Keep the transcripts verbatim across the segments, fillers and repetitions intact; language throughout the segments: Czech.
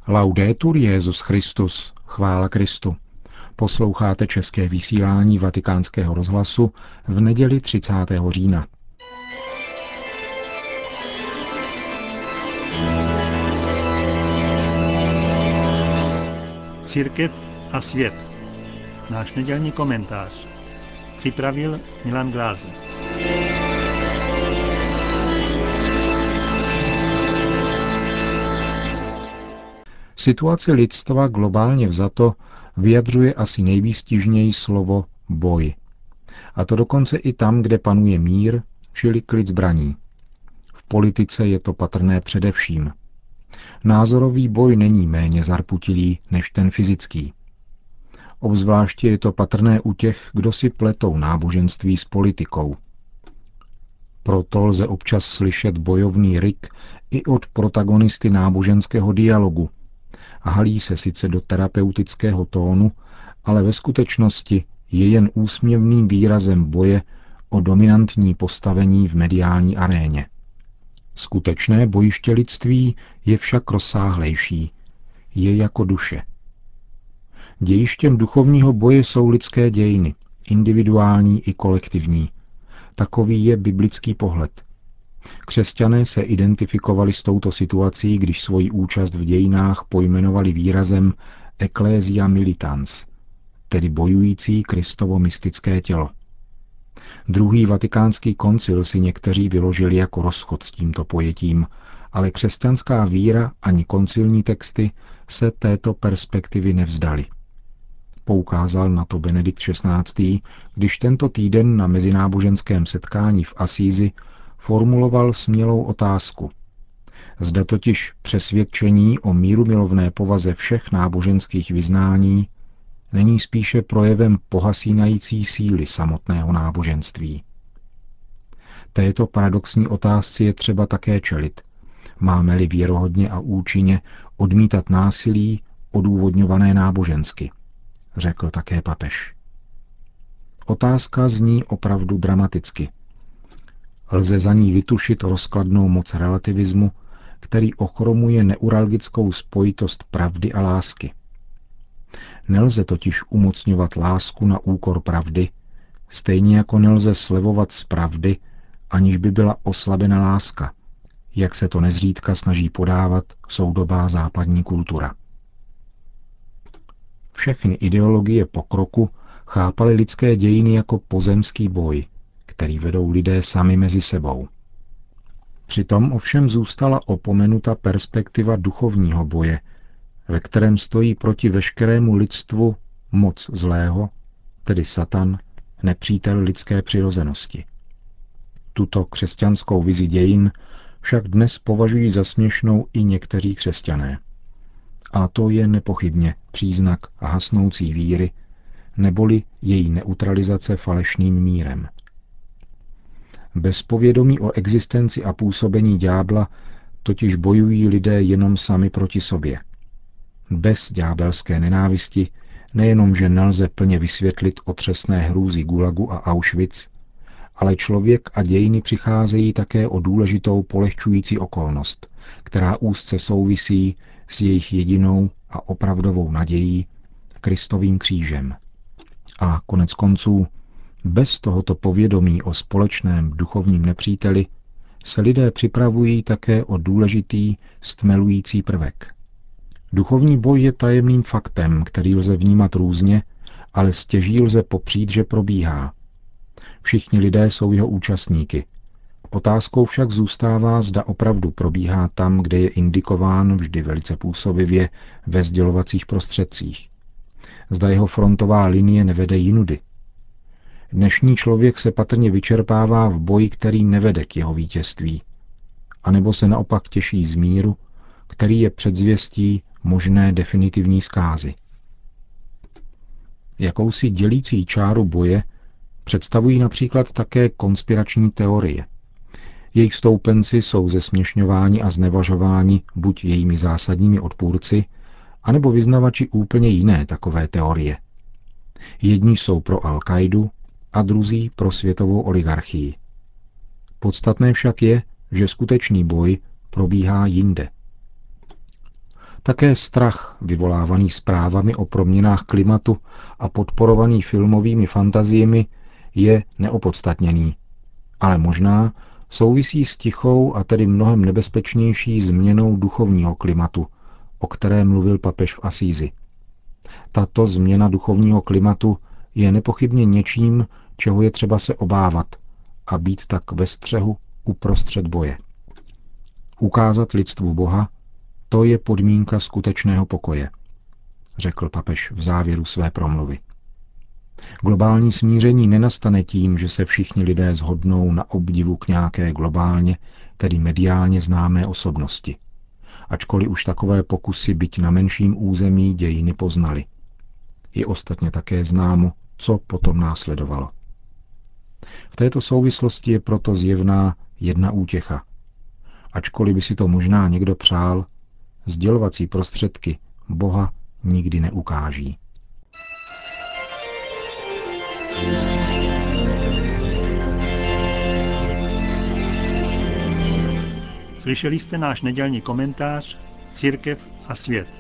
Laudetur Jesus Christus, chvála Kristu. Posloucháte české vysílání Vatikánského rozhlasu v neděli třicátého října. Církev a svět. Náš nedělní komentář. Připravil Milan Glázer. Situace lidstva globálně vzato vyjadřuje asi nejvýstižněji slovo boj. A to dokonce i tam, kde panuje mír, čili klid zbraní. V politice je to patrné především. Názorový boj není méně zarputilý než ten fyzický. Obzvláště je to patrné u těch, kdo si pletou náboženství s politikou. Proto lze občas slyšet bojovný ryk i od protagonisty náboženského dialogu. A halí se sice do terapeutického tónu, ale ve skutečnosti je jen úsměvným výrazem boje o dominantní postavení v mediální aréně. Skutečné bojiště lidství je však rozsáhlejší. Je jako duše. Dějištěm duchovního boje jsou lidské dějiny, individuální i kolektivní. Takový je biblický pohled. Křesťané se identifikovali s touto situací, když svoji účast v dějinách pojmenovali výrazem ecclesia militans, tedy bojující Kristovo mystické tělo. Druhý vatikánský koncil si někteří vyložili jako rozchod s tímto pojetím, ale křesťanská víra ani koncilní texty se této perspektivy nevzdali. Poukázal na to Benedikt šestnáctý, když tento týden na mezináboženském setkání v Asízi formuloval smělou otázku. Zda totiž přesvědčení o mírumilovné povaze všech náboženských vyznání není spíše projevem pohasínající síly samotného náboženství. Této paradoxní otázce je třeba také čelit. Máme-li věrohodně a účinně odmítat násilí odůvodňované nábožensky, řekl také papež. Otázka zní opravdu dramaticky. Lze za ní vytušit rozkladnou moc relativismu, který ochromuje neuralgickou spojitost pravdy a lásky. Nelze totiž umocňovat lásku na úkor pravdy, stejně jako nelze slevovat z pravdy, aniž by byla oslabena láska, jak se to nezřídka snaží podávat soudobá západní kultura. Všechny ideologie pokroku chápaly lidské dějiny jako pozemský boj, který vedou lidé sami mezi sebou. Přitom ovšem zůstala opomenuta perspektiva duchovního boje, ve kterém stojí proti veškerému lidstvu moc zlého, tedy Satan, nepřítel lidské přirozenosti. Tuto křesťanskou vizi dějin však dnes považují za směšnou i někteří křesťané. A to je nepochybně příznak hasnoucí víry, neboli její neutralizace falešným mírem. Bez povědomí o existenci a působení ďábla totiž bojují lidé jenom sami proti sobě. Bez ďábelské nenávisti nejenom, že nelze plně vysvětlit otřesné hrůzy Gulagu a Auschwitz, ale člověk a dějiny přicházejí také o důležitou polehčující okolnost, která úzce souvisí s jejich jedinou a opravdovou nadějí, Kristovým křížem. A konec konců, bez tohoto povědomí o společném duchovním nepříteli se lidé připravují také o důležitý stmelující prvek. Duchovní boj je tajemným faktem, který lze vnímat různě, ale stěží lze popřít, že probíhá. Všichni lidé jsou jeho účastníky. Otázkou však zůstává, zda opravdu probíhá tam, kde je indikován vždy velice působivě ve sdělovacích prostředcích. Zda jeho frontová linie nevede jinudy. Dnešní člověk se patrně vyčerpává v boji, který nevede k jeho vítězství, anebo se naopak těší z míru, který je předzvěstí možné definitivní zkázy. Jakousi dělící čáru boje představují například také konspirační teorie. Jejich stoupenci jsou zesměšňováni a znevažováni buď jejími zásadními odpůrci, anebo vyznavači úplně jiné takové teorie. Jedni jsou pro Al-Kaidu a druzí pro světovou oligarchii. Podstatné však je, že skutečný boj probíhá jinde. Také strach, vyvolávaný zprávami o proměnách klimatu a podporovaný filmovými fantaziemi, je neopodstatněný, ale možná souvisí s tichou a tedy mnohem nebezpečnější změnou duchovního klimatu, o které mluvil papež v Asízi. Tato změna duchovního klimatu je nepochybně něčím, čeho je třeba se obávat a být tak ve střehu uprostřed boje. Ukázat lidstvu Boha, to je podmínka skutečného pokoje, řekl papež v závěru své promluvy. Globální smíření nenastane tím, že se všichni lidé shodnou na obdivu k nějaké globálně, tedy mediálně známé osobnosti. Ačkoliv už takové pokusy byť na menším území dějiny poznali. Je ostatně také známo, co potom následovalo. V této souvislosti je proto zjevná jedna útěcha. Ačkoliv by si to možná někdo přál, sdělovací prostředky Boha nikdy neukáží. Slyšeli jste náš nedělní komentář Církev a svět.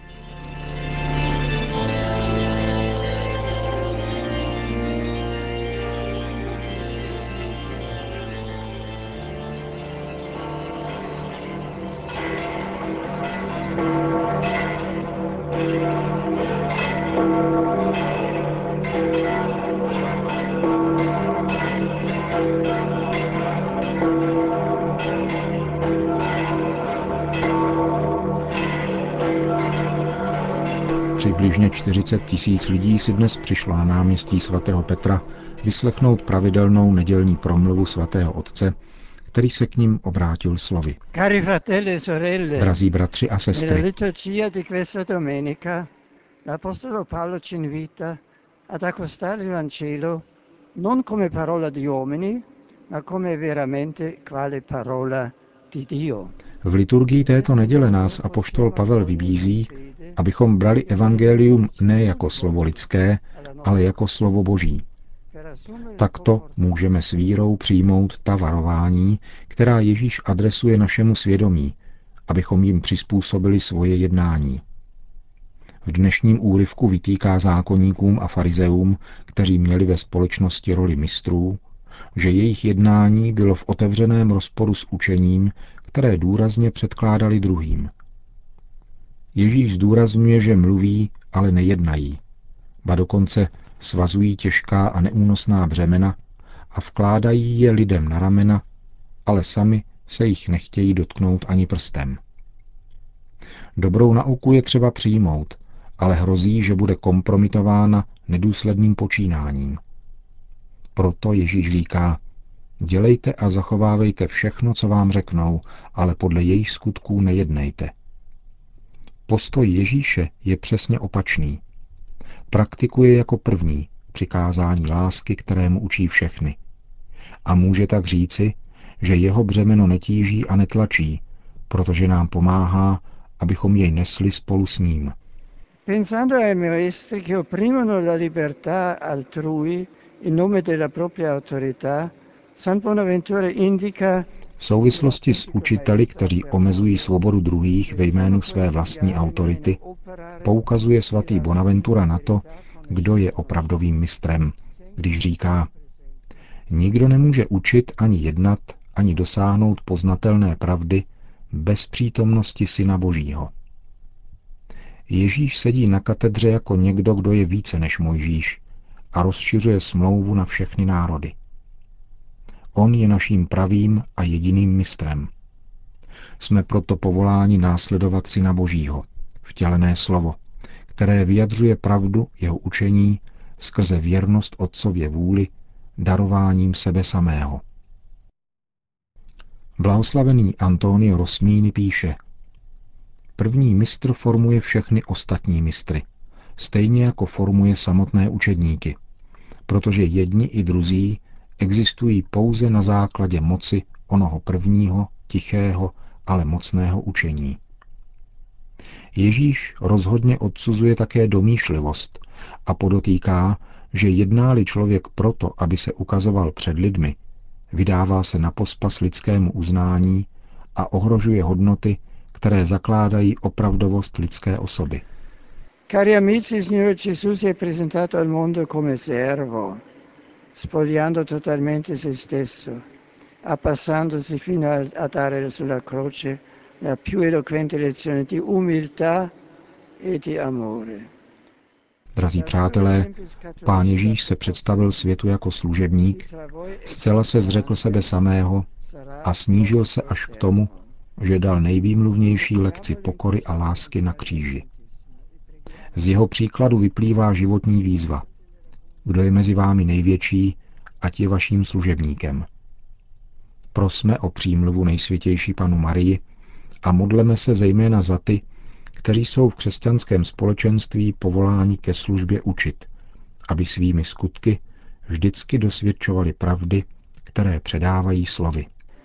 Přibližně čtyřicet tisíc lidí si dnes přišlo na náměstí svatého Petra vyslechnout pravidelnou nedělní promluvu svatého otce, který se k ním obrátil slovy. Cari fratelli e sorelle, Drazí bratři a nella sestry, liturgia di questa domenica l'Apostolo Paolo ci invita ad accostare il Vangelo non come parola di uomini, ma come veramente quale parola di Dio. v liturgii této neděle nás apoštol Pavel vybízí, abychom brali evangelium ne jako slovo lidské, ale jako slovo Boží. Takto můžeme s vírou přijmout ta varování, která Ježíš adresuje našemu svědomí, abychom jim přizpůsobili svoje jednání. V dnešním úryvku vytýká zákonníkům a farizeům, kteří měli ve společnosti roli mistrů, že jejich jednání bylo v otevřeném rozporu s učením, které důrazně předkládali druhým. Ježíš zdůrazňuje, že mluví, ale nejednají, ba dokonce svazují těžká a neúnosná břemena a vkládají je lidem na ramena, ale sami se jich nechtějí dotknout ani prstem. Dobrou nauku je třeba přijmout, ale hrozí, že bude kompromitována nedůsledným počínáním. Proto Ježíš říká, dělejte a zachovávejte všechno, co vám řeknou, ale podle jejich skutků nejednejte. Postoj Ježíše je přesně opačný. Praktikuje jako první přikázání lásky, kterému učí všechny. A může tak říci, že jeho břemeno netíží a netlačí, protože nám pomáhá, abychom jej nesli spolu s ním. Pensando ai maestri che opprimono la libertà altrui in nome della propria autorità, San Bonaventure indica V souvislosti s učiteli, kteří omezují svobodu druhých ve jménu své vlastní autority, poukazuje svatý Bonaventura na to, kdo je opravdovým mistrem, když říká, nikdo nemůže učit ani jednat, ani dosáhnout poznatelné pravdy bez přítomnosti Syna Božího. Ježíš sedí na katedře jako někdo, kdo je více než Mojžíš a rozšiřuje smlouvu na všechny národy. On je naším pravým a jediným mistrem. Jsme proto povoláni následovat Syna Božího, vtělené slovo, které vyjadřuje pravdu jeho učení skrze věrnost Otcově vůli, darováním sebe samého. Blahoslavený Antonio Rosmini píše, první mistr formuje všechny ostatní mistry, stejně jako formuje samotné učedníky, protože jedni i druzí existují pouze na základě moci onoho prvního, tichého, ale mocného učení. Ježíš rozhodně odsuzuje také domýšlivost a podotýká, že jedná-li člověk proto, aby se ukazoval před lidmi, vydává se na pospas lidskému uznání a ohrožuje hodnoty, které zakládají opravdovost lidské osoby. Cari amici, il Signore Gesù si è presentato al mondo come servo, spogliando totalmente se stesso, appassandosi fino a dare sulla croce la più eloquente lezione di umiltà e di amore. Drazí přátelé, Pán Ježíš se představil světu jako služebník, zcela se zřekl sebe samého a snížil se až k tomu, že dal nejvýmluvnější lekci pokory a lásky na kříži. Z jeho příkladu vyplývá životní výzva. Kdo je mezi vámi největší, ať je vaším služebníkem. Prosme o přímluvu nejsvětější Panu Marii a modleme se zejména za ty, kteří jsou v křesťanském společenství povoláni ke službě učit, aby svými skutky vždycky dosvědčovali pravdy, které předávají slovy.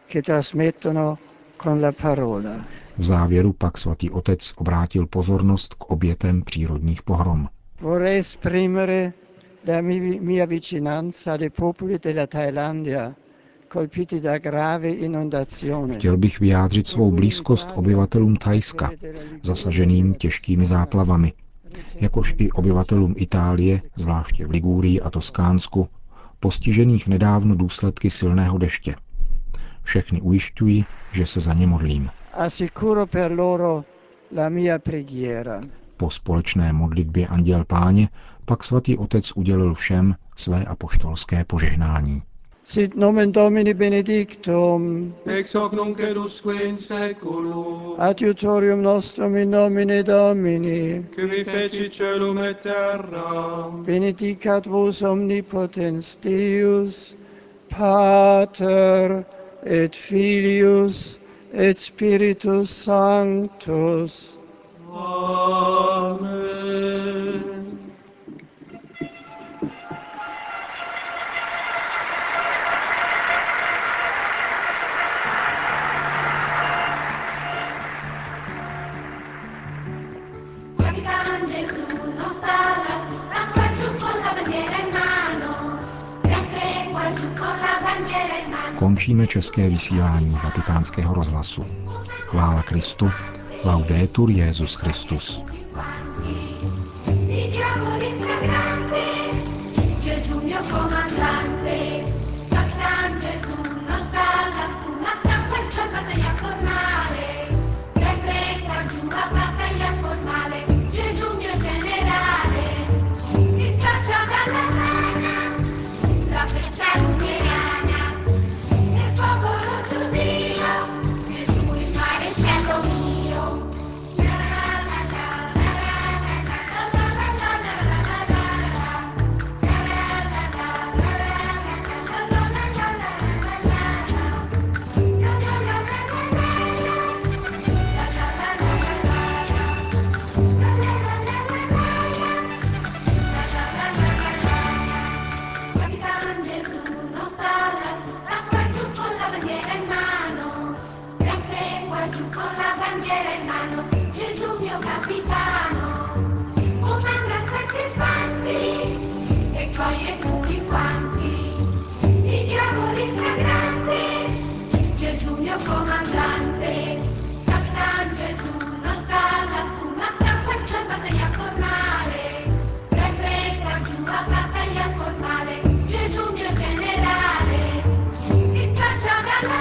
V závěru pak svatý otec obrátil pozornost k obětem přírodních pohrom. Chtěl bych vyjádřit svou blízkost obyvatelům Thajska, zasaženým těžkými záplavami, jakož i obyvatelům Itálie, zvláště v Ligúrii a Toskánsku, postižených nedávno důsledky silného deště. Všechny ujišťuji, že se za ně modlím. Po společné modlitbě Anděl Páně pak svatý otec udělil všem své apoštolské požehnání. Sit nomen Domini benedictum, ex hoc nunc et usque in seculum, adiutorium nostrum in nomine Domini, qui vi feci celum et terra, benedicat vos omnipotens Deus, Pater et Filius et Spiritus Sanctus. Amen. Končíme české vysílání Vatikánského rozhlasu. Chvála Kristu, laudetur Jesus Christus.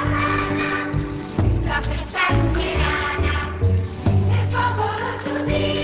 La freccia lumina, il popolo giudeo.